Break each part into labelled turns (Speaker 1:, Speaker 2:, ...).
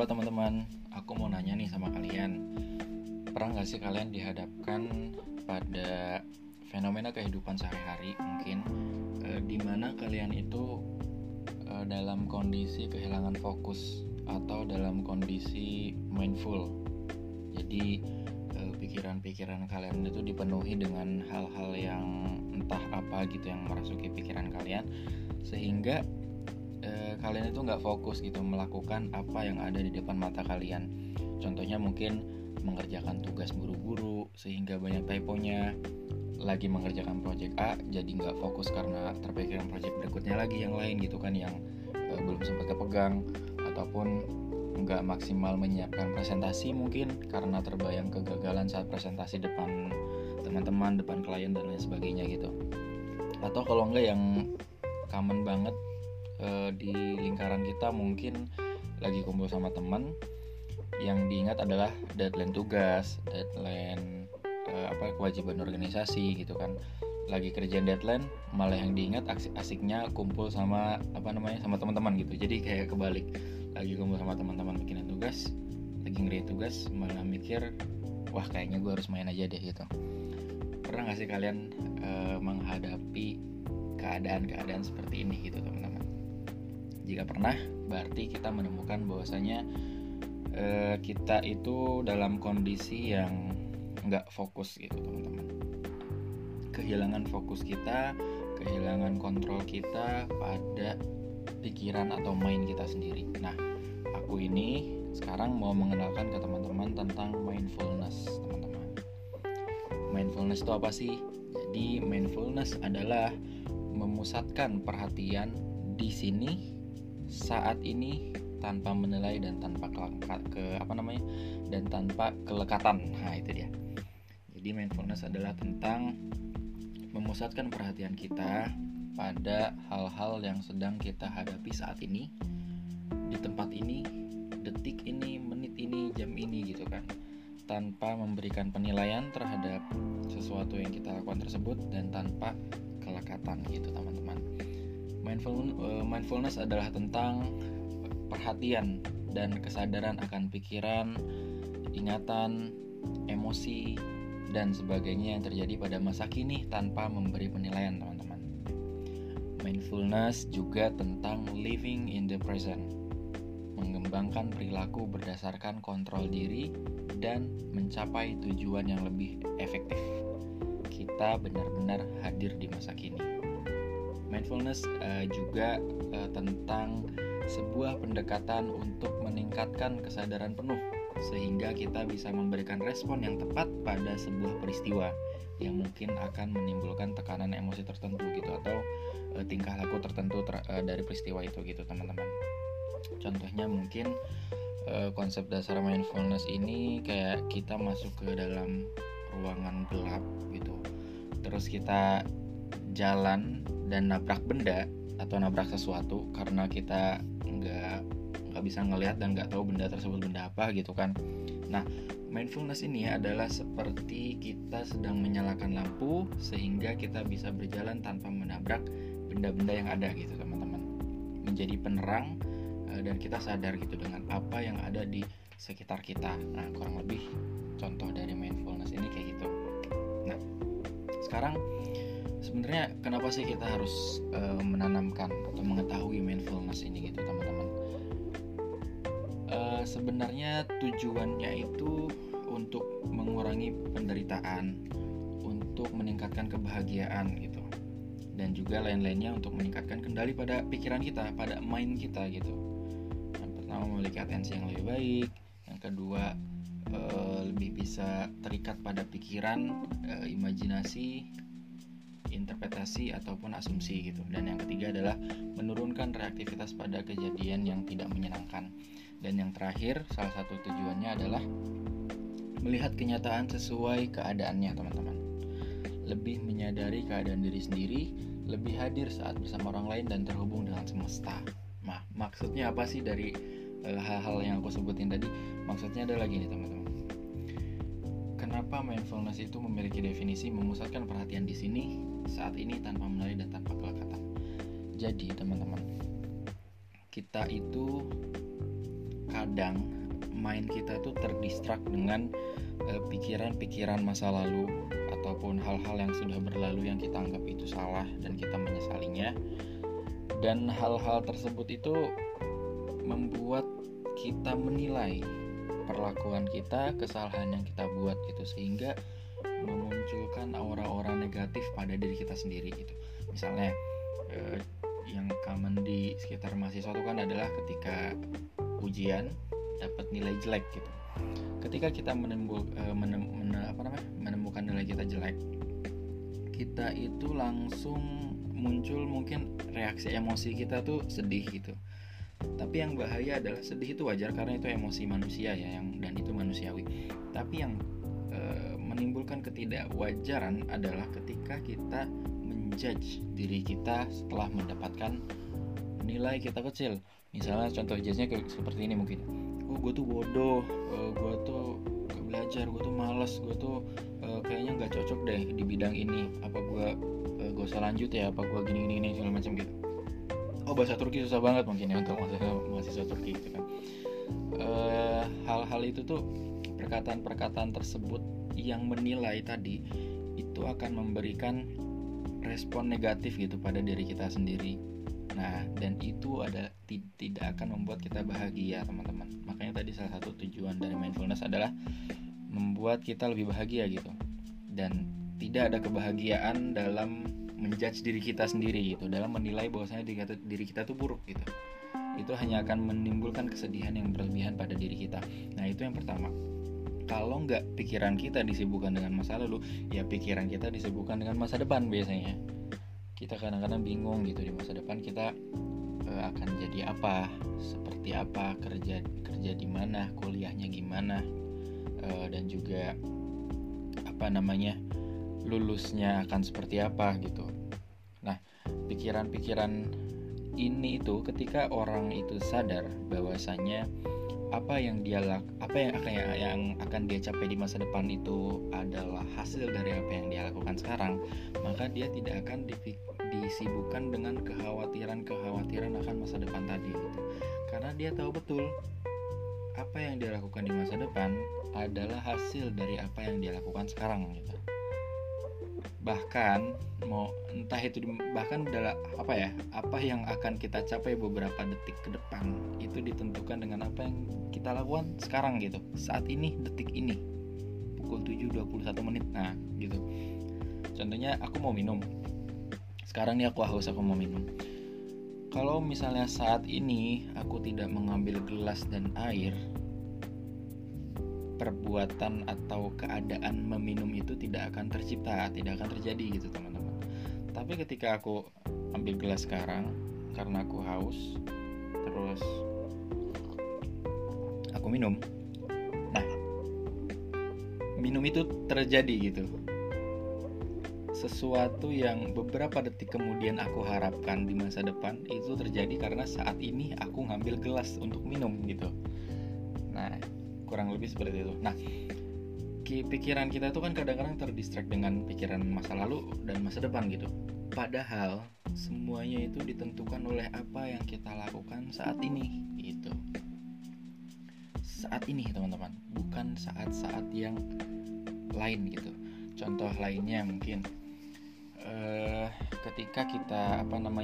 Speaker 1: Halo teman-teman, aku mau nanya nih sama kalian. Pernah gak sih kalian dihadapkan pada fenomena kehidupan sehari-hari mungkin di mana kalian itu dalam kondisi kehilangan fokus atau dalam kondisi mindful. Jadi pikiran-pikiran kalian itu dipenuhi dengan hal-hal yang entah apa gitu yang merasuki pikiran kalian, sehingga kalian itu nggak fokus gitu melakukan apa yang ada di depan mata kalian. Contohnya mungkin mengerjakan tugas buru-buru sehingga banyak typonya. Lagi mengerjakan project A jadi nggak fokus karena terpikirkan project berikutnya lagi yang lain gitu kan, yang belum sempat kepegang, ataupun nggak maksimal menyiapkan presentasi mungkin karena terbayang kegagalan saat presentasi depan teman-teman, depan klien dan lain sebagainya gitu. Atau kalau nggak yang common banget di lingkaran kita, mungkin lagi kumpul sama teman, yang diingat adalah deadline tugas, deadline kewajiban organisasi gitu kan. Lagi kerjaan deadline, malah yang diingat asik-asiknya kumpul sama sama teman-teman gitu. Jadi kayak kebalik, lagi kumpul sama teman-teman bikin tugas, lagi ngerjain tugas, malah mikir wah kayaknya gue harus main aja deh gitu. Pernah gak sih kalian menghadapi keadaan-keadaan seperti ini gitu teman-teman? Jika pernah, berarti kita menemukan bahwasanya kita itu dalam kondisi yang nggak fokus gitu teman-teman. Kehilangan fokus kita, kehilangan kontrol kita pada pikiran atau mind kita sendiri. Nah, aku ini sekarang mau mengenalkan ke teman-teman tentang mindfulness, teman-teman. Mindfulness itu apa sih? Jadi mindfulness adalah memusatkan perhatian di sini saat ini tanpa menilai dan tanpa dan tanpa kelekatan. Nah, itu dia. Jadi mindfulness adalah tentang memusatkan perhatian kita pada hal-hal yang sedang kita hadapi saat ini, di tempat ini, detik ini, menit ini, jam ini gitu kan, tanpa memberikan penilaian terhadap sesuatu yang kita lakukan tersebut dan tanpa kelekatan gitu teman-teman. Mindfulness adalah tentang perhatian dan kesadaran akan pikiran, ingatan, emosi, dan sebagainya yang terjadi pada masa kini tanpa memberi penilaian teman-teman. Mindfulness juga tentang living in the present, mengembangkan perilaku berdasarkan kontrol diri dan mencapai tujuan yang lebih efektif. Kita benar-benar hadir di masa kini. Mindfulness juga tentang sebuah pendekatan untuk meningkatkan kesadaran penuh sehingga kita bisa memberikan respon yang tepat pada sebuah peristiwa yang mungkin akan menimbulkan tekanan emosi tertentu gitu, atau tingkah laku tertentu dari peristiwa itu gitu teman-teman. Contohnya mungkin konsep dasar mindfulness ini kayak kita masuk ke dalam ruangan gelap gitu, terus kita jalan dan nabrak benda atau nabrak sesuatu karena kita nggak bisa ngelihat dan nggak tahu benda tersebut benda apa gitu kan. Nah, mindfulness ini adalah seperti kita sedang menyalakan lampu sehingga kita bisa berjalan tanpa menabrak benda-benda yang ada gitu teman-teman, menjadi penerang dan kita sadar gitu dengan apa yang ada di sekitar kita. Nah, kurang lebih contoh dari mindfulness ini kayak gitu. Nah, sekarang sebenarnya kenapa sih kita harus menanamkan atau mengetahui mindfulness ini gitu teman-teman? Sebenarnya tujuannya itu untuk mengurangi penderitaan, untuk meningkatkan kebahagiaan gitu, dan juga lain-lainnya untuk meningkatkan kendali pada pikiran kita, pada mind kita gitu. Yang pertama, memiliki atensi yang lebih baik. Yang kedua, lebih bisa terikat pada pikiran, imajinasi, interpretasi ataupun asumsi gitu. Dan yang ketiga adalah menurunkan reaktivitas pada kejadian yang tidak menyenangkan. Dan yang terakhir, salah satu tujuannya adalah melihat kenyataan sesuai keadaannya teman-teman. Lebih menyadari keadaan diri sendiri, lebih hadir saat bersama orang lain dan terhubung dengan semesta. Nah, maksudnya apa sih dari hal-hal yang aku sebutin tadi? Maksudnya adalah gini teman-teman. Kenapa mindfulness itu memiliki definisi memusatkan perhatian di sini, saat ini tanpa menilai dan tanpa kelekatan. Jadi teman-teman, kita itu kadang mind kita tuh terdistract dengan pikiran-pikiran masa lalu ataupun hal-hal yang sudah berlalu yang kita anggap itu salah dan kita menyesalinya. Dan hal-hal tersebut itu membuat kita menilai perlakuan kita, kesalahan yang kita buat gitu, sehingga memunculkan aura-aura negatif pada diri kita sendiri gitu. Misalnya yang common di sekitar mahasiswa itu kan adalah ketika ujian dapat nilai jelek gitu. Ketika kita menemukan nilai kita jelek, kita itu langsung muncul mungkin reaksi emosi kita tuh sedih gitu. Tapi yang bahaya adalah sedih itu wajar karena itu emosi manusia ya, dan itu manusiawi. Tapi yang menimbulkan ketidakwajaran adalah ketika kita menjudge diri kita setelah mendapatkan nilai kita kecil. Misalnya contoh judge-nya seperti ini mungkin. Oh, gue tuh bodoh, gue tuh gak belajar, gue tuh malas, gue tuh kayaknya gak cocok deh di bidang ini. Apa gue gak usah lanjut ya, apa gue gini segala macam gitu. Oh, bahasa Turki susah banget mungkin ya untuk mahasiswa Turki gitu kan. Hal-hal itu tuh, perkataan-perkataan tersebut yang menilai tadi itu akan memberikan respon negatif gitu pada diri kita sendiri. Nah, dan itu tidak akan membuat kita bahagia, teman-teman. Makanya tadi salah satu tujuan dari mindfulness adalah membuat kita lebih bahagia gitu. Dan tidak ada kebahagiaan dalam menjudge diri kita sendiri gitu, dalam menilai bahwasanya diri kita tuh buruk gitu. Itu hanya akan menimbulkan kesedihan yang berlebihan pada diri kita. Nah, itu yang pertama. Kalau nggak pikiran kita disibukkan dengan masa lalu, ya pikiran kita disibukkan dengan masa depan biasanya. Kita kadang-kadang bingung gitu, di masa depan kita akan jadi apa, seperti apa, kerja di mana, kuliahnya gimana, dan juga lulusnya akan seperti apa gitu. Nah, pikiran-pikiran ini itu ketika orang itu sadar bahwasanya apa yang akan dia capai di masa depan itu adalah hasil dari apa yang dia lakukan sekarang, maka dia tidak akan disibukkan dengan kekhawatiran akan masa depan tadi gitu. Karena dia tahu betul apa yang dia lakukan di masa depan adalah hasil dari apa yang dia lakukan sekarang gitu. Bahkan adalah apa yang akan kita capai beberapa detik ke depan itu ditentukan dengan apa yang kita lakukan sekarang gitu, saat ini, detik ini, pukul 7.21. Nah gitu. Contohnya aku mau minum sekarang nih, aku haus, aku mau minum. Kalau misalnya saat ini aku tidak mengambil gelas dan air, perbuatan atau keadaan meminum itu tidak akan tercipta, tidak akan terjadi gitu, teman-teman. Tapi ketika aku ambil gelas sekarang karena aku haus, terus aku minum, nah minum itu terjadi gitu. Sesuatu yang beberapa detik kemudian aku harapkan di masa depan itu terjadi karena saat ini aku ngambil gelas untuk minum gitu. Nah, kurang lebih seperti itu. Nah, pikiran kita itu kan kadang-kadang terdistract dengan pikiran masa lalu dan masa depan gitu. Padahal semuanya itu ditentukan oleh apa yang kita lakukan saat ini gitu. Saat ini, teman-teman, bukan saat-saat yang lain gitu. Contoh lainnya mungkin ketika kita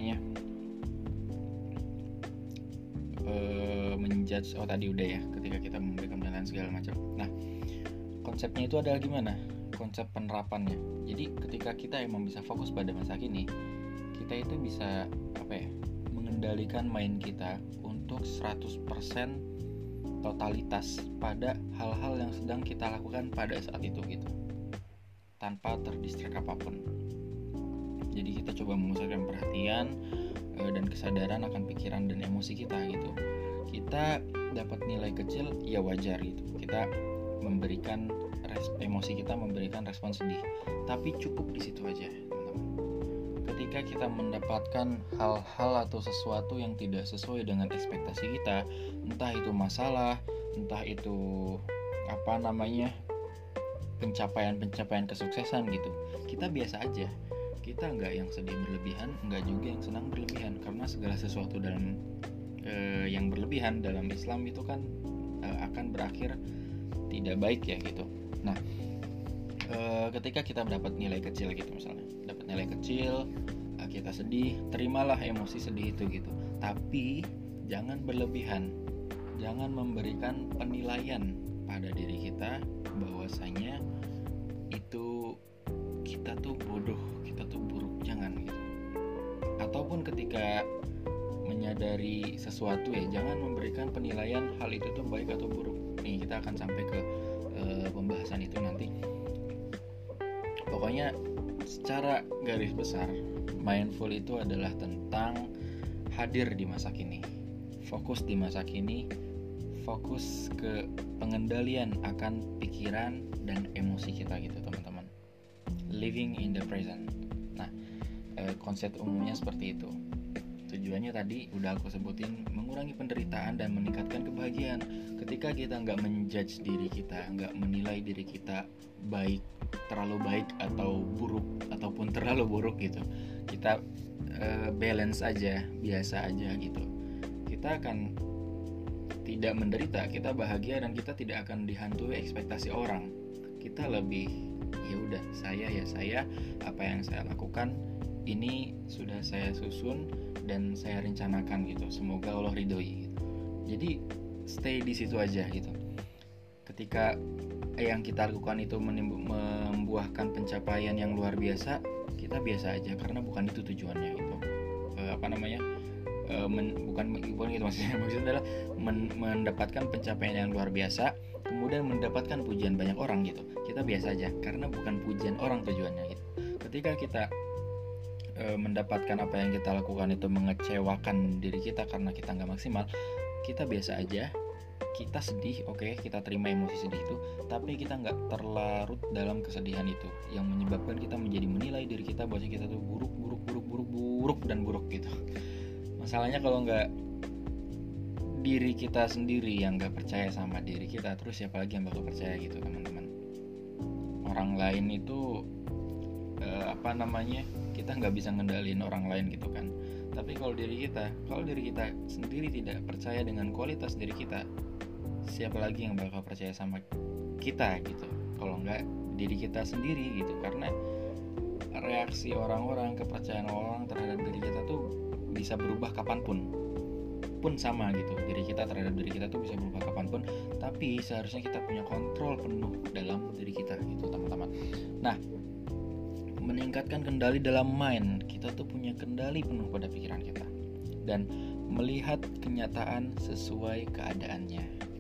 Speaker 1: menjudge, tadi udah ya, ketika kita memberikan penilaian segala macam. Nah, konsepnya itu adalah gimana? Konsep penerapannya. Jadi ketika kita emang bisa fokus pada masa kini, kita itu bisa mengendalikan mind kita untuk 100% totalitas pada hal-hal yang sedang kita lakukan pada saat itu gitu, tanpa terdistract apapun. Jadi kita coba memusatkan perhatian dan kesadaran akan pikiran dan emosi kita gitu. Kita dapat nilai kecil, ya wajar gitu. Kita memberikan emosi kita memberikan respon sedih, tapi cukup di situ aja, teman-teman. Ketika kita mendapatkan hal-hal atau sesuatu yang tidak sesuai dengan ekspektasi kita, entah itu masalah, entah itu pencapaian kesuksesan gitu, kita biasa aja. Kita nggak yang sedih berlebihan, nggak juga yang senang berlebihan, karena segala sesuatu yang berlebihan dalam Islam itu kan akan berakhir tidak baik ya gitu. Nah, ketika kita mendapat nilai kecil gitu, misalnya dapat nilai kecil, kita sedih, terimalah emosi sedih itu gitu, tapi jangan berlebihan, jangan memberikan penilaian pada diri kita bahwasanya itu kita tuh bodoh, kita tuh buruk, jangan gitu. Ataupun ketika menyadari sesuatu ya, jangan memberikan penilaian hal itu tuh baik atau buruk. Nih kita akan sampai ke pembahasan itu nanti. Pokoknya secara garis besar, mindful itu adalah tentang hadir di masa kini, fokus di masa kini, fokus ke pengendalian akan pikiran dan emosi kita gitu teman-teman. Living in the present. Nah, konsep umumnya seperti itu. Tujuannya tadi udah aku sebutin, mengurangi penderitaan dan meningkatkan kebahagiaan. Ketika kita nggak menjudge diri kita, nggak menilai diri kita baik, terlalu baik atau buruk, ataupun terlalu buruk gitu, kita balance aja, biasa aja gitu, kita akan tidak menderita, kita bahagia, dan kita tidak akan dihantui ekspektasi orang. Kita lebih, ya udah, saya, apa yang saya lakukan ini sudah saya susun dan saya rencanakan gitu, semoga Allah ridhoi gitu. Jadi stay di situ aja gitu. Ketika yang kita lakukan itu membuahkan pencapaian yang luar biasa, kita biasa aja, karena bukan itu tujuannya gitu. Bukan gitu maksudnya adalah mendapatkan pencapaian yang luar biasa, kemudian mendapatkan pujian banyak orang gitu. Kita biasa aja, karena bukan pujian orang tujuannya gitu. Ketika kita mendapatkan apa yang kita lakukan itu mengecewakan diri kita karena kita nggak maksimal, kita biasa aja, kita sedih, oke, kita terima emosi sedih itu, tapi kita nggak terlarut dalam kesedihan itu yang menyebabkan kita menjadi menilai diri kita bahwa kita tuh buruk dan buruk gitu. Masalahnya kalau nggak diri kita sendiri yang nggak percaya sama diri kita, terus siapa lagi yang bakal percaya gitu teman-teman. Orang lain itu kita nggak bisa ngendalin orang lain gitu kan. Tapi kalau diri kita sendiri tidak percaya dengan kualitas diri kita, siapa lagi yang bakal percaya sama kita gitu kalau nggak diri kita sendiri gitu. Karena reaksi orang-orang, kepercayaan orang terhadap diri kita tuh bisa berubah kapanpun, pun sama gitu. Diri kita terhadap diri kita tuh bisa berubah kapanpun, tapi seharusnya kita punya kontrol penuh dalam diri kita gitu teman-teman. Nah, meningkatkan kendali dalam mind, kita tuh punya kendali penuh pada pikiran kita dan melihat kenyataan sesuai keadaannya.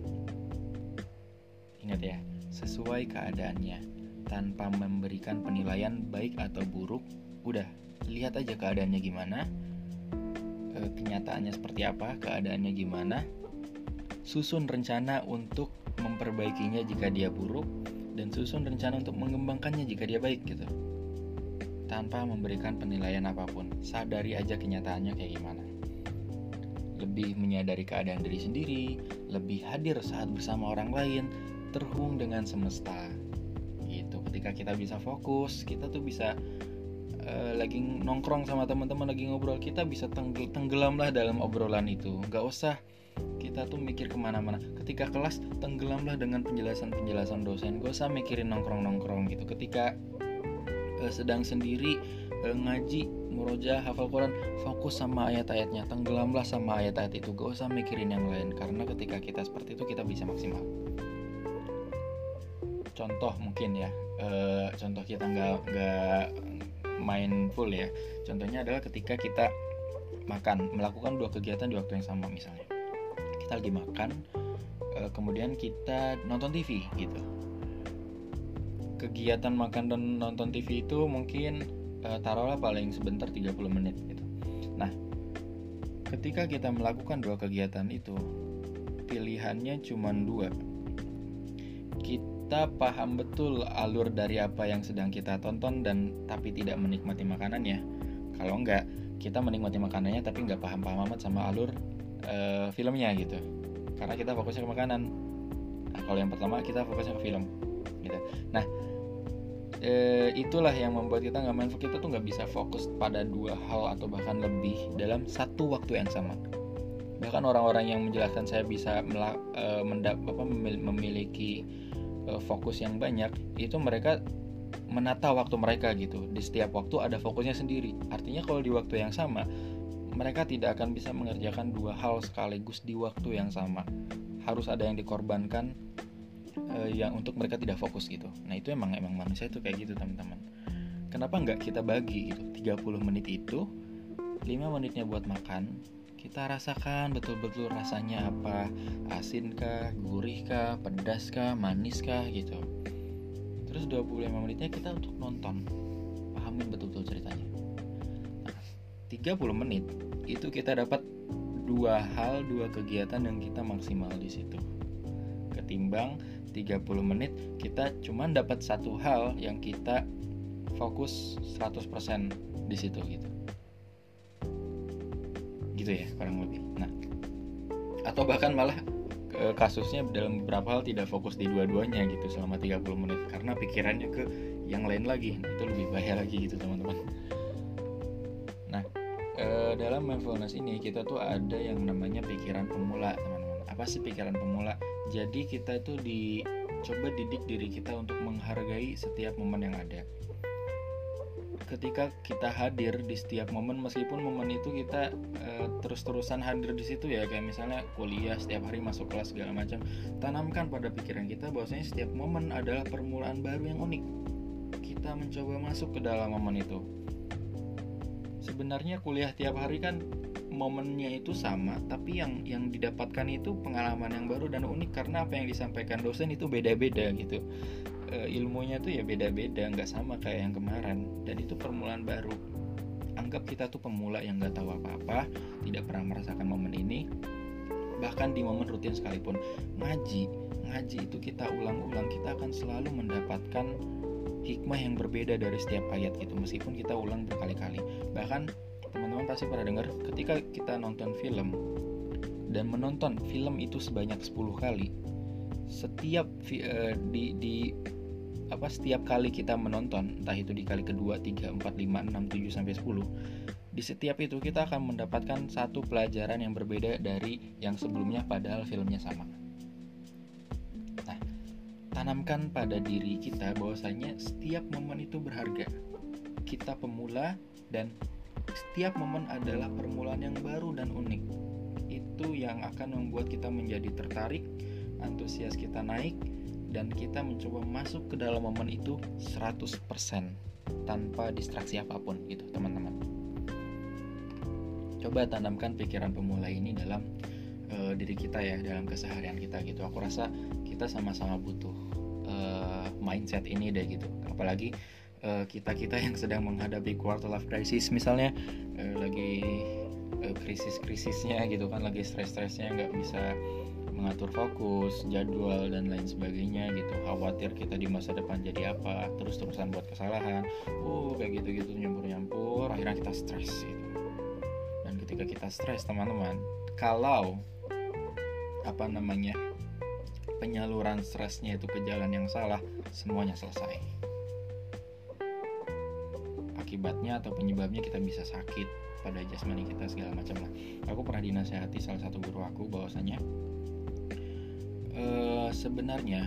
Speaker 1: Ingat ya, sesuai keadaannya, tanpa memberikan penilaian baik atau buruk. Udah, lihat aja keadaannya gimana, kenyataannya seperti apa, keadaannya gimana, susun rencana untuk memperbaikinya jika dia buruk, dan susun rencana untuk mengembangkannya jika dia baik gitu. Tanpa memberikan penilaian apapun, sadari aja kenyataannya kayak gimana. Lebih menyadari keadaan diri sendiri, lebih hadir saat bersama orang lain, terhubung dengan semesta gitu. Ketika kita bisa fokus, kita tuh bisa lagi nongkrong sama teman-teman, lagi ngobrol, kita bisa tenggelamlah dalam obrolan itu. Gak usah kita tuh mikir kemana-mana. Ketika kelas, tenggelamlah dengan penjelasan dosen, gak usah mikirin nongkrong gitu. Ketika sedang sendiri ngaji, murojaah, hafal Quran, fokus sama ayat-ayatnya, tenggelamlah sama ayat-ayat itu, gak usah mikirin yang lain. Karena ketika kita seperti itu, kita bisa maksimal. Contoh mungkin ya, contoh kita nggak mindful ya. Contohnya adalah ketika kita melakukan dua kegiatan di waktu yang sama. Misalnya kita lagi makan, kemudian kita nonton TV gitu. Kegiatan makan dan nonton TV itu mungkin taruhlah paling sebentar 30 menit gitu. Nah, ketika kita melakukan dua kegiatan itu, pilihannya cuma dua. Kita paham betul alur dari apa yang sedang kita tonton tapi tidak menikmati makanannya. Kalau enggak, kita menikmati makanannya tapi enggak paham-paham amat sama alur filmnya gitu. Karena kita fokusnya ke makanan. Nah, kalau yang pertama kita fokusnya ke film gitu. Nah, itulah yang membuat kita nggak mindful. Kita tuh nggak bisa fokus pada dua hal atau bahkan lebih dalam satu waktu yang sama. Bahkan orang-orang yang menjelaskan saya bisa memiliki fokus yang banyak, itu mereka menata waktu mereka gitu. Di setiap waktu ada fokusnya sendiri. Artinya kalau di waktu yang sama, mereka tidak akan bisa mengerjakan dua hal sekaligus di waktu yang sama. Harus ada yang dikorbankan yang untuk mereka tidak fokus gitu. Nah itu emang manusia itu kayak gitu teman-teman. Kenapa nggak kita bagi gitu, 30 menit itu 5 menitnya buat makan, kita rasakan betul-betul rasanya apa, asin kah, gurih kah, pedas kah, manis kah gitu. Terus 25 menitnya kita untuk nonton, pahamin betul-betul ceritanya. Nah, 30 menit itu kita dapat dua kegiatan yang kita maksimal di situ. Ketimbang 30 menit kita cuman dapat satu hal yang kita fokus 100% di situ gitu. Gitu ya kurang lebih. Nah, atau bahkan malah kasusnya dalam beberapa hal tidak fokus di dua-duanya gitu selama 30 menit karena pikirannya ke yang lain lagi. Nah, itu lebih bahaya lagi gitu teman-teman. Nah, dalam mindfulness ini kita tuh ada yang namanya pikiran pemula teman-teman. Apa sih pikiran pemula? Jadi kita tuh coba didik diri kita untuk menghargai setiap momen yang ada. Ketika kita hadir di setiap momen, meskipun momen itu kita terus-terusan hadir di situ ya, kayak misalnya kuliah setiap hari masuk kelas segala macam, tanamkan pada pikiran kita bahwasanya setiap momen adalah permulaan baru yang unik. Kita mencoba masuk ke dalam momen itu. Sebenarnya kuliah tiap hari kan momennya itu sama, tapi yang didapatkan itu pengalaman yang baru dan unik karena apa yang disampaikan dosen itu beda-beda gitu. Ilmunya tuh ya beda-beda, nggak sama kayak yang kemarin, dan itu permulaan baru. Anggap kita tuh pemula yang nggak tahu apa-apa, tidak pernah merasakan momen ini. Bahkan di momen rutin sekalipun ngaji itu kita ulang-ulang, kita akan selalu mendapatkan hikmah yang berbeda dari setiap ayat gitu, meskipun kita ulang berkali-kali. Bahkan teman-teman pasti pernah dengar ketika kita nonton film dan menonton film itu sebanyak 10 kali, setiap setiap kali kita menonton, entah itu di kali kedua, 3, 4, 5, 6, 7 sampai 10, di setiap itu kita akan mendapatkan satu pelajaran yang berbeda dari yang sebelumnya padahal filmnya sama. Nah, tanamkan pada diri kita bahwasanya setiap momen itu berharga. Kita pemula dan setiap momen adalah permulaan yang baru dan unik. Itu yang akan membuat kita menjadi tertarik, antusias kita naik, dan kita mencoba masuk ke dalam momen itu 100% tanpa distraksi apapun gitu teman-teman. Coba tanamkan pikiran pemula ini dalam diri kita ya, dalam keseharian kita gitu. Aku rasa kita sama-sama butuh mindset ini deh gitu. Apalagi kita yang sedang menghadapi quarter life crisis misalnya, lagi krisis-krisisnya gitu kan, lagi stres-stresnya, nggak bisa mengatur fokus, jadwal dan lain sebagainya gitu. Khawatir kita di masa depan jadi apa, terus-terusan buat kesalahan, kayak gitu-gitu nyampur-nyampur, akhirnya kita stres gitu. Dan ketika kita stres teman-teman, kalau penyaluran stresnya itu ke jalan yang salah, semuanya selesai. Akibatnya atau penyebabnya kita bisa sakit pada jasmani kita segala macam lah. Aku pernah dinasehati salah satu guru aku bahwasanya sebenarnya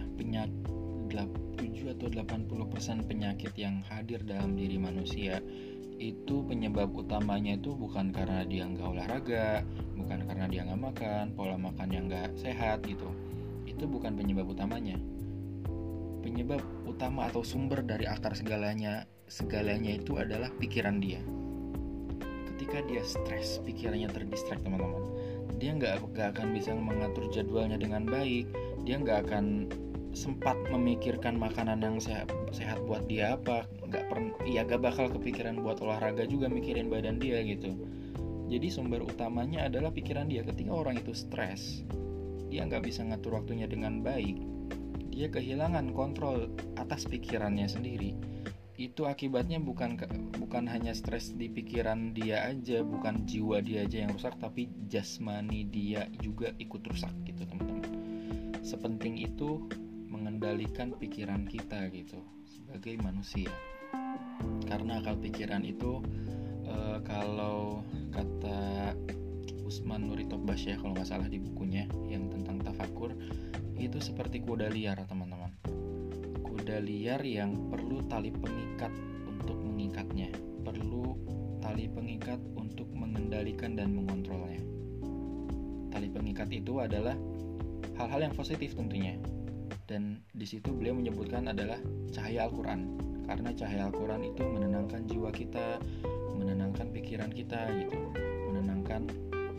Speaker 1: 7 atau 80% penyakit yang hadir dalam diri manusia itu penyebab utamanya itu bukan karena dia nggak olahraga, bukan karena dia nggak makan, pola makan yang nggak sehat gitu. Itu bukan penyebab utamanya. Penyebab utama atau sumber dari akar segalanya itu adalah pikiran dia. Ketika dia stres, pikirannya terdistract teman-teman, dia nggak akan bisa mengatur jadwalnya dengan baik. Dia nggak akan sempat memikirkan makanan yang sehat buat dia apa, nggak bakal kepikiran buat olahraga juga, mikirin badan dia gitu. Jadi sumber utamanya adalah pikiran dia. Ketika orang itu stres, dia nggak bisa ngatur waktunya dengan baik, dia kehilangan kontrol atas pikirannya sendiri. Itu akibatnya bukan hanya stres di pikiran dia aja, bukan jiwa dia aja yang rusak, tapi jasmani dia juga ikut rusak gitu teman-teman. Sepenting itu mengendalikan pikiran kita gitu sebagai manusia, karena akal pikiran itu kalau kata Salman Nuri Tobas ya kalau nggak salah di bukunya yang tentang tafakur, itu seperti kuda liar teman-teman. Kuda liar yang perlu tali pengikat untuk mengikatnya, perlu tali pengikat untuk mengendalikan dan mengontrolnya. Tali pengikat itu adalah hal-hal yang positif tentunya, dan di situ beliau menyebutkan adalah cahaya Al-Quran, karena cahaya Al-Quran itu menenangkan jiwa kita, menenangkan pikiran kita gitu, menenangkan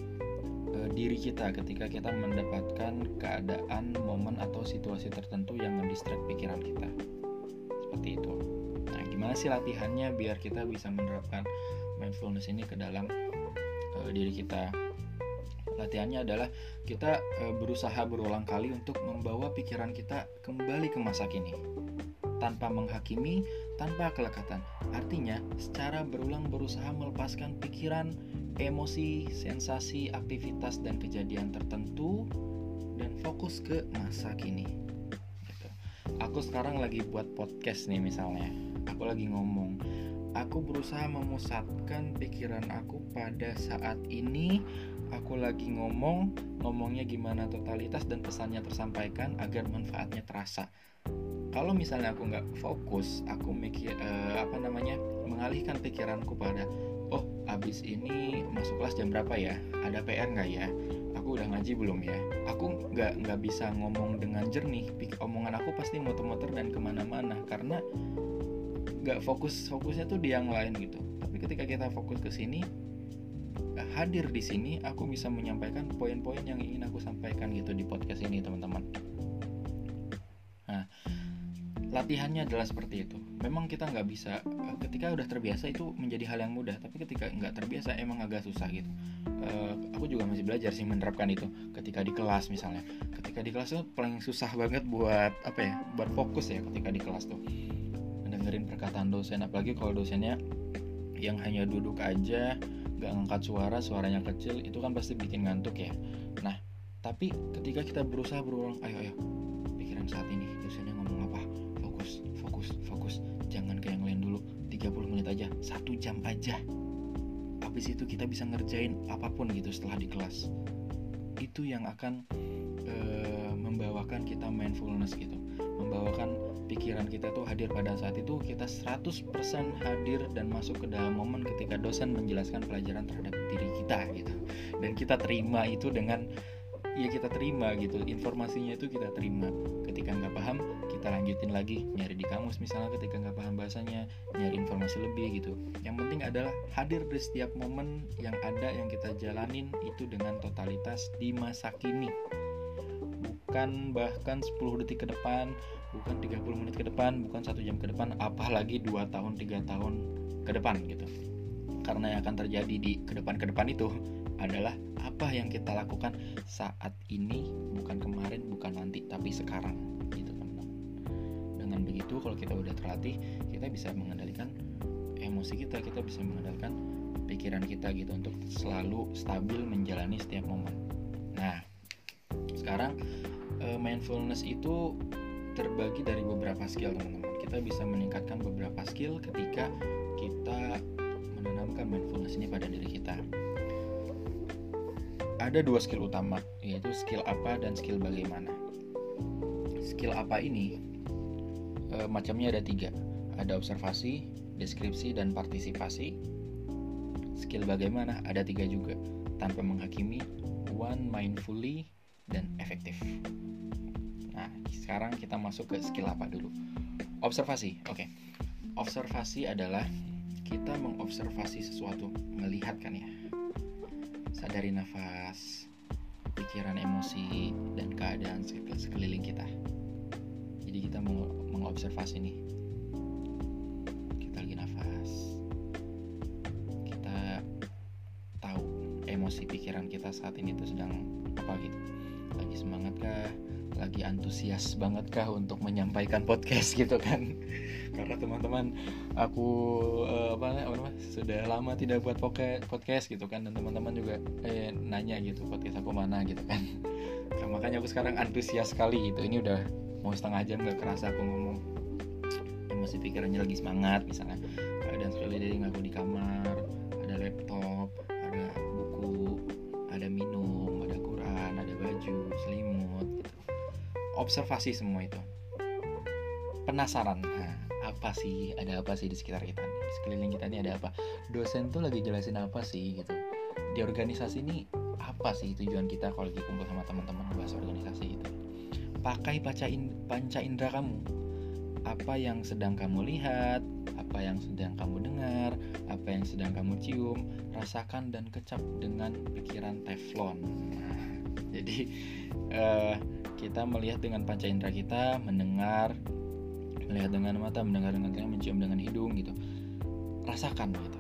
Speaker 1: diri kita ketika kita mendapatkan keadaan, momen atau situasi tertentu yang mendistract pikiran kita. Seperti itu. Nah, gimana sih latihannya biar kita bisa menerapkan mindfulness ini ke dalam diri kita? Latihannya adalah kita berusaha berulang kali untuk membawa pikiran kita kembali ke masa kini, tanpa menghakimi, tanpa kelekatan. Artinya, secara berulang berusaha melepaskan pikiran, emosi, sensasi, aktivitas, dan kejadian tertentu dan fokus ke masa kini. Gitu. Aku sekarang lagi buat podcast nih misalnya. Aku lagi ngomong. Aku berusaha memusatkan pikiran aku pada saat ini. Aku lagi ngomongnya gimana totalitas dan pesannya tersampaikan agar manfaatnya terasa. Kalau misalnya aku nggak fokus, aku mikir mengalihkan pikiranku pada abis ini masuk kelas jam berapa ya? Ada PR nggak ya? Aku udah ngaji belum ya? Aku nggak bisa ngomong dengan jernih. Omongan aku pasti muter-muter dan kemana-mana karena nggak fokusnya tuh di yang lain gitu. Tapi ketika kita fokus ke sini, hadir di sini, aku bisa menyampaikan poin-poin yang ingin aku sampaikan gitu di podcast ini teman-teman. Nah, latihannya adalah seperti itu. Memang kita nggak bisa, ketika udah terbiasa itu menjadi hal yang mudah, tapi ketika nggak terbiasa emang agak susah gitu. Aku juga masih belajar sih menerapkan itu ketika di kelas misalnya. Ketika di kelas tuh paling susah banget buat buat fokus ya ketika di kelas tuh. Dengerin perkataan dosen, apalagi kalau dosennya yang hanya duduk aja, nggak ngangkat suara, suaranya kecil, itu kan pasti bikin ngantuk ya. Nah, tapi ketika kita berusaha berulang, ayo, pikiran saat ini, dosennya ngomong apa? Fokus, jangan ke yang lain dulu, 30 menit aja, 1 jam aja. Habis itu kita bisa ngerjain apapun gitu setelah di kelas. Itu yang akan membawakan kita mindfulness gitu, membawakan pikiran kita tuh hadir pada saat itu, kita 100% hadir dan masuk ke dalam momen ketika dosen menjelaskan pelajaran terhadap diri kita gitu. Dan kita terima itu dengan kita terima gitu, informasinya itu kita terima. Ketika nggak paham, kita lanjutin lagi nyari di kamus misalnya. Ketika nggak paham bahasanya, nyari informasi lebih gitu. Yang penting adalah hadir di setiap momen yang ada yang kita jalanin itu dengan totalitas di masa kini. Bukan bahkan 10 detik ke depan, bukan 30 menit ke depan, bukan 1 jam ke depan, apalagi 2 tahun, 3 tahun ke depan gitu. Karena yang akan terjadi di ke depan itu adalah apa yang kita lakukan saat ini, bukan kemarin, bukan nanti, tapi sekarang gitu teman-teman. Dengan begitu, kalau kita udah terlatih, kita bisa mengendalikan emosi kita bisa mengendalikan pikiran kita gitu untuk selalu stabil menjalani setiap momen. Nah, sekarang mindfulness itu terbagi dari beberapa skill teman-teman. Kita bisa meningkatkan beberapa skill ketika kita menanamkan mindfulness ini pada diri kita. Ada 2 skill utama, yaitu skill apa dan skill bagaimana. Skill apa ini macamnya ada 3. Ada observasi, deskripsi, dan partisipasi. Skill bagaimana ada 3 juga, tanpa menghakimi, one mindfully, dan efektif. Nah, sekarang kita masuk ke skill apa dulu. Observasi, oke. Observasi adalah kita mengobservasi sesuatu, melihat kan ya. Sadari nafas, pikiran, emosi, dan keadaan sekeliling kita. Jadi kita mengobservasi nih. Kita lagi nafas. Kita tahu emosi pikiran kita saat ini tuh sedang apa gitu. Lagi semangat kah? Lagi antusias banget kah untuk menyampaikan podcast gitu kan? Karena teman-teman aku sudah lama tidak buat podcast gitu kan, dan teman-teman juga nanya gitu podcast aku mana gitu kan. Nah, makanya aku sekarang antusias sekali gitu. Ini udah mau setengah jam gak kerasa aku ngomong. Emosi pikirannya lagi semangat misalnya. Keadaan sekeliling aku di kamar, ada laptop, ada buku, ada minum, observasi semua itu. Penasaran, nah, apa sih, ada apa sih di sekitar kita, di sekeliling kita ini ada apa, dosen tuh lagi jelasin apa sih gitu, di organisasi ini apa sih tujuan kita kalau lagi kumpul sama teman-teman bahas organisasi itu. Pakai panca indera kamu, apa yang sedang kamu lihat, apa yang sedang kamu dengar, apa yang sedang kamu cium, rasakan dan kecap dengan pikiran teflon. Nah, jadi kita melihat dengan panca indera kita, mendengar, melihat dengan mata, mendengar dengan telinga, mencium dengan hidung gitu. Rasakan gitu.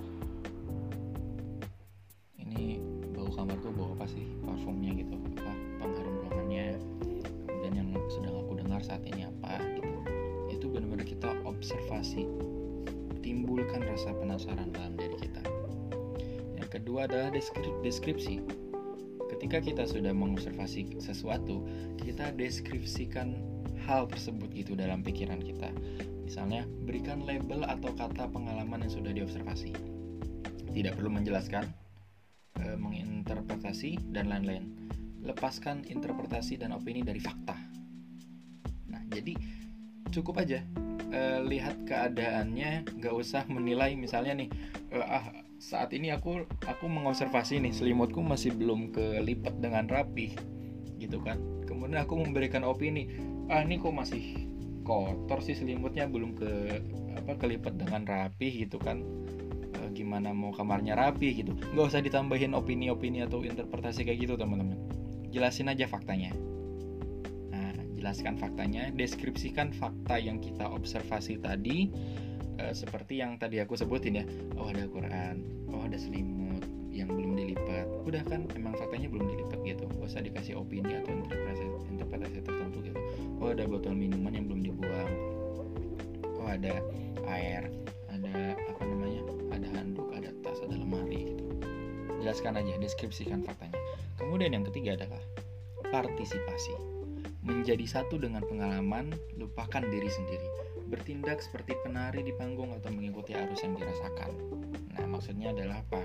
Speaker 1: Ini bau kamarku bau apa sih? Parfumnya gitu. Apa pengharum ruangannya? Kemudian yang sedang aku dengar saat ini apa gitu. Itu benar-benar kita observasi. Timbulkan rasa penasaran dalam diri kita. Yang kedua adalah deskripsi. Ketika kita sudah mengobservasi sesuatu, kita deskripsikan hal tersebut gitu dalam pikiran kita. Misalnya, berikan label atau kata pengalaman yang sudah diobservasi. Tidak perlu menjelaskan, menginterpretasi, dan lain-lain. Lepaskan interpretasi dan opini dari fakta. Nah, jadi cukup aja lihat keadaannya, gak usah menilai. Misalnya nih, saat ini aku mengobservasi nih, selimutku masih belum kelipat dengan rapi gitu kan. Kemudian aku memberikan opini, ini kok masih kotor sih selimutnya, belum kelipat dengan rapi gitu kan. Gimana mau kamarnya rapi gitu. Nggak usah ditambahin opini-opini atau interpretasi kayak gitu teman-teman. Jelasin aja faktanya. Nah, jelaskan faktanya, deskripsikan fakta yang kita observasi tadi, seperti yang tadi aku sebutin ya. Oh, ada Quran, oh ada selimut yang belum dilipat. Udah kan, emang faktanya belum dilipat gitu. Gak usah dikasih opini atau interpretasi tertentu gitu. Oh, ada botol minuman yang belum dibuang. Oh, ada air, ada ada handuk, ada tas, ada lemari gitu. Jelaskan aja, deskripsikan faktanya. Kemudian yang ketiga adalah partisipasi. Menjadi satu dengan pengalaman, lupakan diri sendiri. Bertindak seperti penari di panggung atau mengikuti arus yang dirasakan. Nah, maksudnya adalah apa?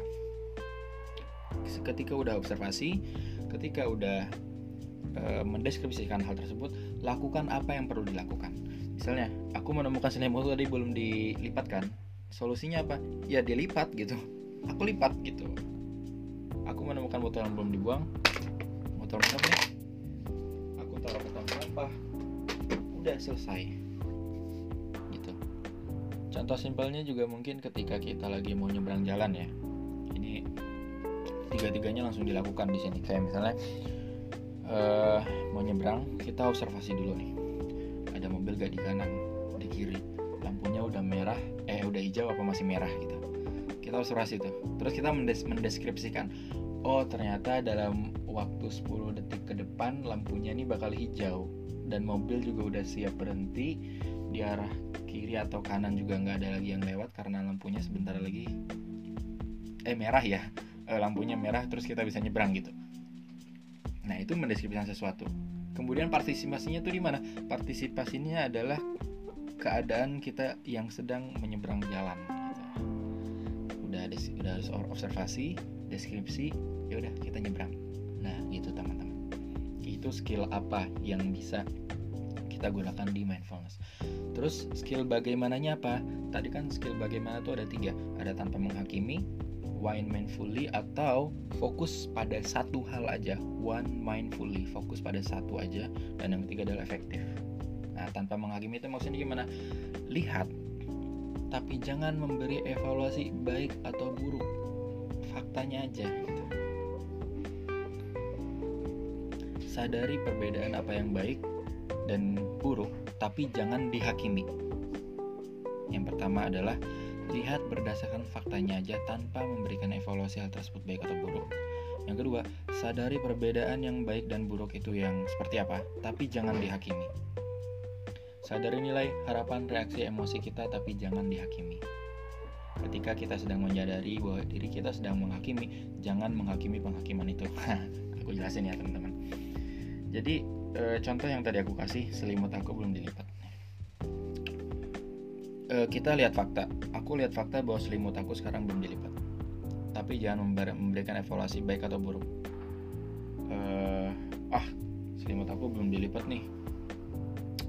Speaker 1: Ketika udah observasi, ketika udah mendeskripsikan hal tersebut, lakukan apa yang perlu dilakukan. Misalnya, aku menemukan selimut tadi belum dilipatkan. Solusinya apa? Ya dilipat gitu. Aku lipat gitu. Aku menemukan botol yang belum dibuang. Botol minumnya aku taruh ke tong sampah. Udah selesai. Gitu. Contoh simpelnya juga mungkin ketika kita lagi mau nyebrang jalan ya. Ini tiga-tiganya langsung dilakukan di sini. Kayak misalnya mau nyebrang, kita observasi dulu nih. Ada mobil gak di kanan, di kiri, lampunya udah merah, udah hijau apa masih merah gitu. Kita observasi tuh. Terus kita mendeskripsikan, oh ternyata dalam waktu 10 detik ke depan lampunya ini bakal hijau dan mobil juga udah siap berhenti di arah kiri atau kanan juga nggak ada lagi yang lewat karena lampunya sebentar lagi merah ya. Lampunya merah, terus kita bisa nyebrang gitu. Nah, itu mendeskripsikan sesuatu. Kemudian partisipasinya tuh di mana? Partisipasinya adalah keadaan kita yang sedang menyeberang jalan gitu. Udah harus observasi, deskripsi, ya udah kita nyebrang. Nah, gitu teman-teman. Itu skill apa yang bisa kita gunakan di mindfulness. Terus skill bagaimananya apa? Tadi kan skill bagaimana tuh ada 3. Ada tanpa menghakimi, one mindfully, atau fokus pada satu hal aja. One mindfully, fokus pada satu aja. Dan yang ketiga adalah efektif. Nah, tanpa menghakimi itu maksudnya gimana? Lihat, tapi jangan memberi evaluasi baik atau buruk. Faktanya aja gitu. Sadari perbedaan apa yang baik dan buruk, tapi jangan dihakimi. Yang pertama adalah lihat berdasarkan faktanya aja tanpa memberikan evaluasi hal tersebut baik atau buruk. Yang kedua, sadari perbedaan yang baik dan buruk itu yang seperti apa, tapi jangan dihakimi. Sadari nilai, harapan, reaksi, emosi kita, tapi jangan dihakimi. Ketika kita sedang menyadari bahwa diri kita sedang menghakimi, jangan menghakimi penghakiman itu. Aku jelasin ya teman-teman. Jadi contoh yang tadi aku kasih, selimut aku belum dilipat. Kita lihat fakta. Aku lihat fakta bahwa selimut aku sekarang belum dilipat. Tapi jangan memberikan evaluasi baik atau buruk. Selimut aku belum dilipat nih.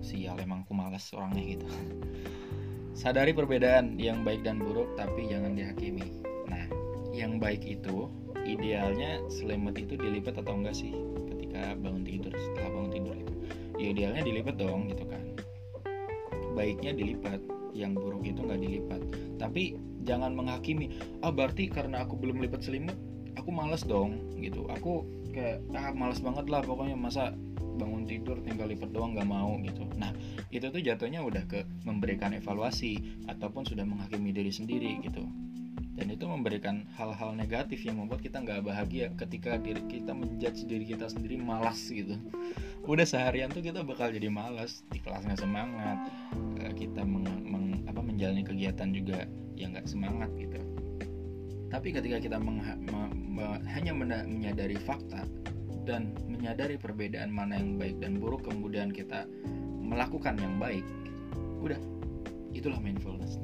Speaker 1: sial emang aku malas orangnya gitu. Sadari perbedaan yang baik dan buruk, tapi jangan dihakimi. Nah, yang baik itu idealnya selimut itu dilipat atau enggak sih ketika bangun tidur, setelah bangun tidur itu ya idealnya dilipat dong gitu kan, baiknya dilipat, yang buruk itu nggak dilipat. Tapi jangan menghakimi, berarti karena aku belum lipat selimut aku malas dong gitu, aku kayak malas banget lah pokoknya, masa bangun tidur tinggal lipat doang, nggak mau gitu. Nah itu tuh jatuhnya udah ke memberikan evaluasi ataupun sudah menghakimi diri sendiri gitu, dan itu memberikan hal-hal negatif yang membuat kita nggak bahagia ketika diri kita menjudge diri kita sendiri malas gitu. Udah seharian tuh kita bakal jadi malas, di kelas nggak semangat, kita menjalani kegiatan juga yang nggak semangat gitu. Tapi ketika kita hanya menyadari fakta dan menyadari perbedaan mana yang baik dan buruk, kemudian kita melakukan yang baik, udah, itulah mindfulness.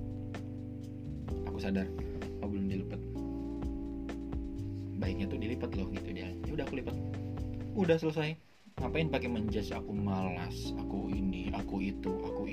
Speaker 1: Aku sadar, belum dilipat, baiknya tuh dilipat loh gitu dia. Ya udah aku lipat, udah selesai. Ngapain pakai menjudge aku malas, aku ini, aku itu.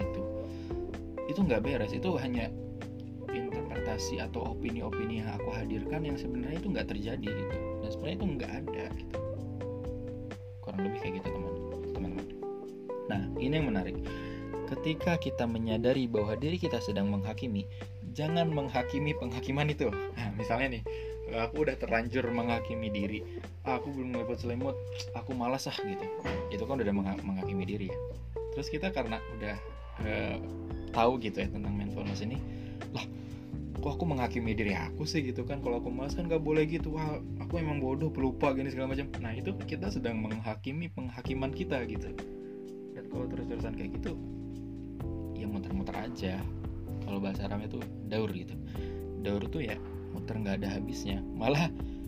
Speaker 1: Itu nggak beres. Itu hanya interpretasi atau opini-opini yang aku hadirkan yang sebenarnya itu nggak terjadi gitu. Dan sebenarnya itu nggak ada gitu. Kurang lebih kayak gitu teman-teman. Nah ini yang menarik. Ketika kita menyadari bahwa diri kita sedang menghakimi, jangan menghakimi penghakiman itu. Nah misalnya nih, aku udah terlanjur menghakimi diri, aku belum dapat selimut, aku malas gitu. Itu kan udah menghakimi diri ya. Terus kita karena udah tahu gitu ya tentang mindfulness ini, lah kok aku menghakimi diri aku sih gitu kan, kalau aku malas kan gak boleh gitu, wah aku emang bodoh, pelupa gini segala macam. Nah itu kita sedang menghakimi penghakiman kita gitu. Dan kalau terus-terusan kayak gitu, ya muter-muter aja. Kalau bahasa Arabnya tuh daur gitu. Daur tuh ya muter nggak ada habisnya. Malah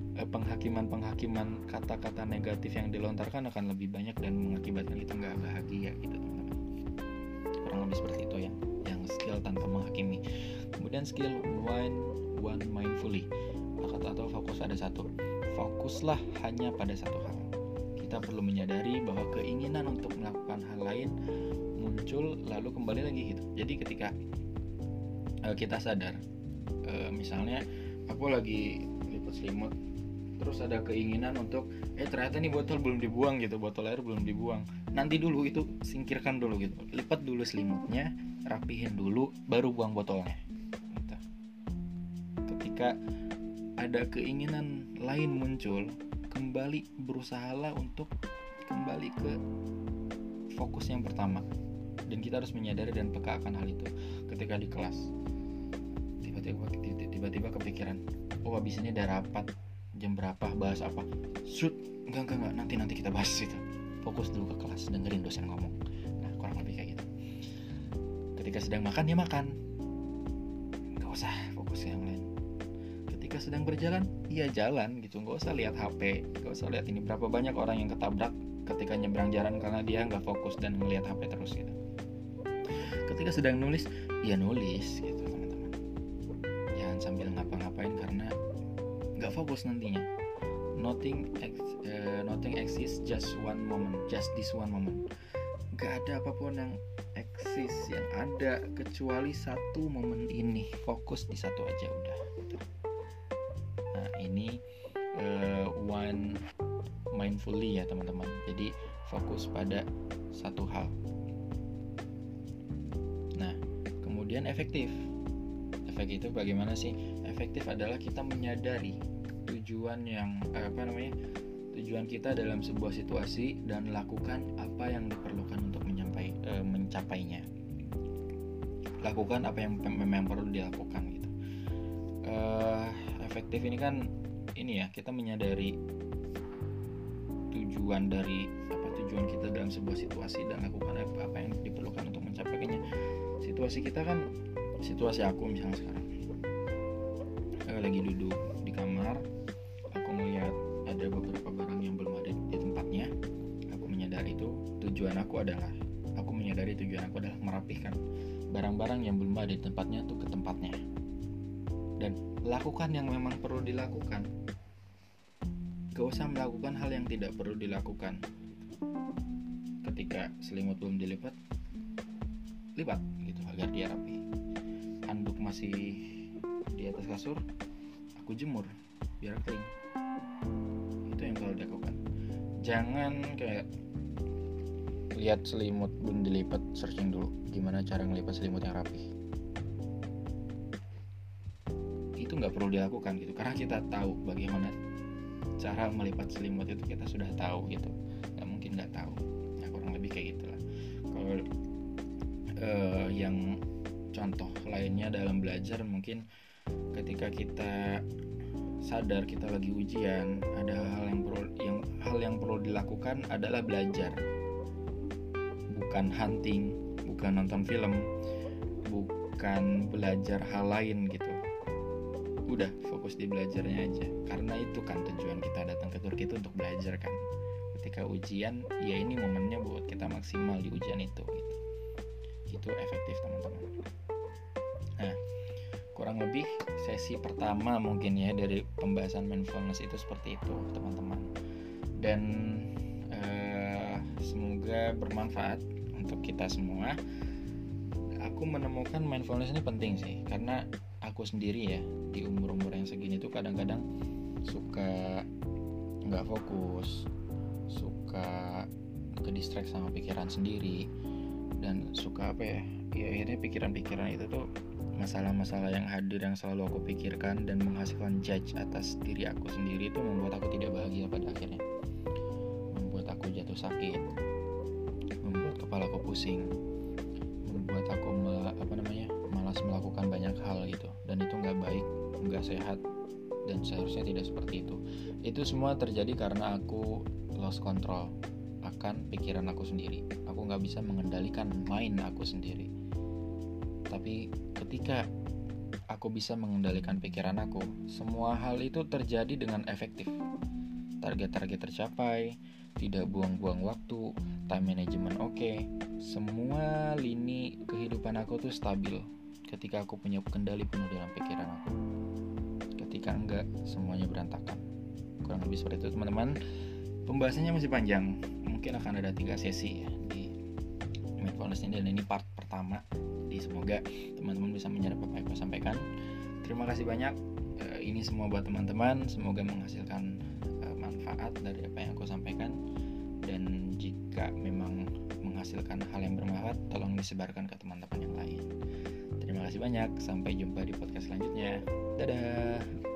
Speaker 1: penghakiman kata-kata negatif yang dilontarkan akan lebih banyak dan mengakibatkan kita nggak bahagia gitu teman-teman. Kurang lebih seperti itu yang skill tanpa menghakimi. Kemudian skill one mindfully, atau fokus pada satu. Fokuslah hanya pada satu hal. Kita perlu menyadari bahwa keinginan untuk melakukan hal lain muncul lalu kembali lagi gitu. Jadi ketika kita sadar, misalnya aku lagi lipat selimut, terus ada keinginan untuk ternyata nih botol belum dibuang gitu, botol air belum dibuang, nanti dulu itu singkirkan dulu gitu, lipat dulu selimutnya, rapihin dulu, baru buang botolnya gitu. Ketika ada keinginan lain muncul, kembali berusahalah untuk kembali ke fokus yang pertama. Dan kita harus menyadari dan peka akan hal itu. Ketika di kelas tiba-tiba kepikiran, habis ini ada rapat, jam berapa, bahas apa, enggak, nanti kita bahas itu. Fokus dulu ke kelas, dengerin dosen ngomong. Nah kurang lebih kayak gitu. Ketika sedang makan ya makan, nggak usah fokus ke yang lain. Ketika sedang berjalan ya jalan gitu, nggak usah lihat HP, nggak usah lihat ini. Berapa banyak orang yang ketabrak ketika nyebrang jalan karena dia nggak fokus dan melihat HP terus gitu. Ketika sedang nulis ya nulis gitu teman-teman, jangan sambil ngapa-ngapain karena nggak fokus nantinya. Nothing exists just this one moment. Gak ada apapun yang eksis, yang ada kecuali satu momen ini. Fokus di satu aja udah gitu. Nah ini one mindfully ya teman-teman. Jadi fokus pada satu hal. Nah kemudian efektif bagaimana sih? Efektif adalah kita menyadari tujuan kita dalam sebuah situasi dan lakukan apa yang diperlukan untuk mencapainya. Lakukan apa yang memang perlu dilakukan gitu. Efektif ini kan kita menyadari tujuan kita dalam sebuah situasi dan lakukan apa yang diperlukan untuk mencapainya. Situasi kita kan, situasi aku misalnya sekarang lagi duduk di kamar, aku melihat ada beberapa barang yang belum ada di tempatnya. Aku menyadari tujuan aku adalah merapihkan barang-barang yang belum ada di tempatnya tuh ke tempatnya, dan lakukan yang memang perlu dilakukan. Gak usah melakukan hal yang tidak perlu dilakukan. Ketika selimut belum dilipat, lipat gitu agar dia rapi. Handuk masih di atas kasur, aku jemur biar clean. Itu yang kalau dilakukan. Jangan kayak lihat selimut belum dilipat, searching dulu gimana cara ngelipat selimut yang rapi. Itu nggak perlu dilakukan gitu, karena kita tahu bagaimana cara melipat selimut itu, kita sudah tahu gitu, nggak mungkin nggak tahu. Nah, kurang lebih kayak gitulah. Kalau yang contoh lainnya dalam belajar, mungkin ketika kita sadar kita lagi ujian, ada hal yang perlu dilakukan adalah belajar, bukan hunting, bukan nonton film, bukan belajar hal lain gitu. Udah fokus di belajarnya aja, karena itu kan tujuan kita datang ke Turki itu untuk belajar kan. Ketika ujian, ya ini momennya buat kita maksimal di ujian itu gitu. Itu efektif teman-teman. Nah, kurang lebih sesi pertama mungkin ya dari pembahasan mindfulness itu seperti itu teman-teman. Dan semoga bermanfaat untuk kita semua. Aku menemukan mindfulness ini penting sih, karena aku sendiri ya di umur-umur yang segini tuh kadang-kadang suka nggak fokus, suka ke distract sama pikiran sendiri, dan suka akhirnya pikiran-pikiran itu tuh masalah-masalah yang hadir yang selalu aku pikirkan dan menghasilkan judge atas diri aku sendiri, itu membuat aku tidak bahagia pada akhirnya, membuat aku jatuh sakit, membuat kepalaku pusing, membuat aku malas melakukan banyak hal gitu, dan itu nggak baik, nggak sehat, dan seharusnya tidak seperti itu. Itu semua terjadi karena aku lost control akan pikiran aku sendiri. Aku nggak bisa mengendalikan mind aku sendiri. Tapi ketika aku bisa mengendalikan pikiran aku, semua hal itu terjadi dengan efektif. Target-target tercapai, tidak buang-buang waktu, time management oke. Semua lini kehidupan aku tuh stabil ketika aku punya kendali penuh dalam pikiran aku. Ketika enggak, semuanya berantakan. Kurang lebih seperti itu teman-teman. Pembahasannya masih panjang, mungkin akan ada 3 sesi ya di mindfulness ini, dan ini part pertama. Jadi semoga teman-teman bisa menyerap apa yang aku sampaikan. Terima kasih banyak. Ini semua buat teman-teman, semoga menghasilkan manfaat dari apa yang aku sampaikan. Dan jika memang menghasilkan hal yang bermanfaat, tolong disebarkan ke teman-teman yang lain. Terima kasih banyak, sampai jumpa di podcast selanjutnya. Dadah.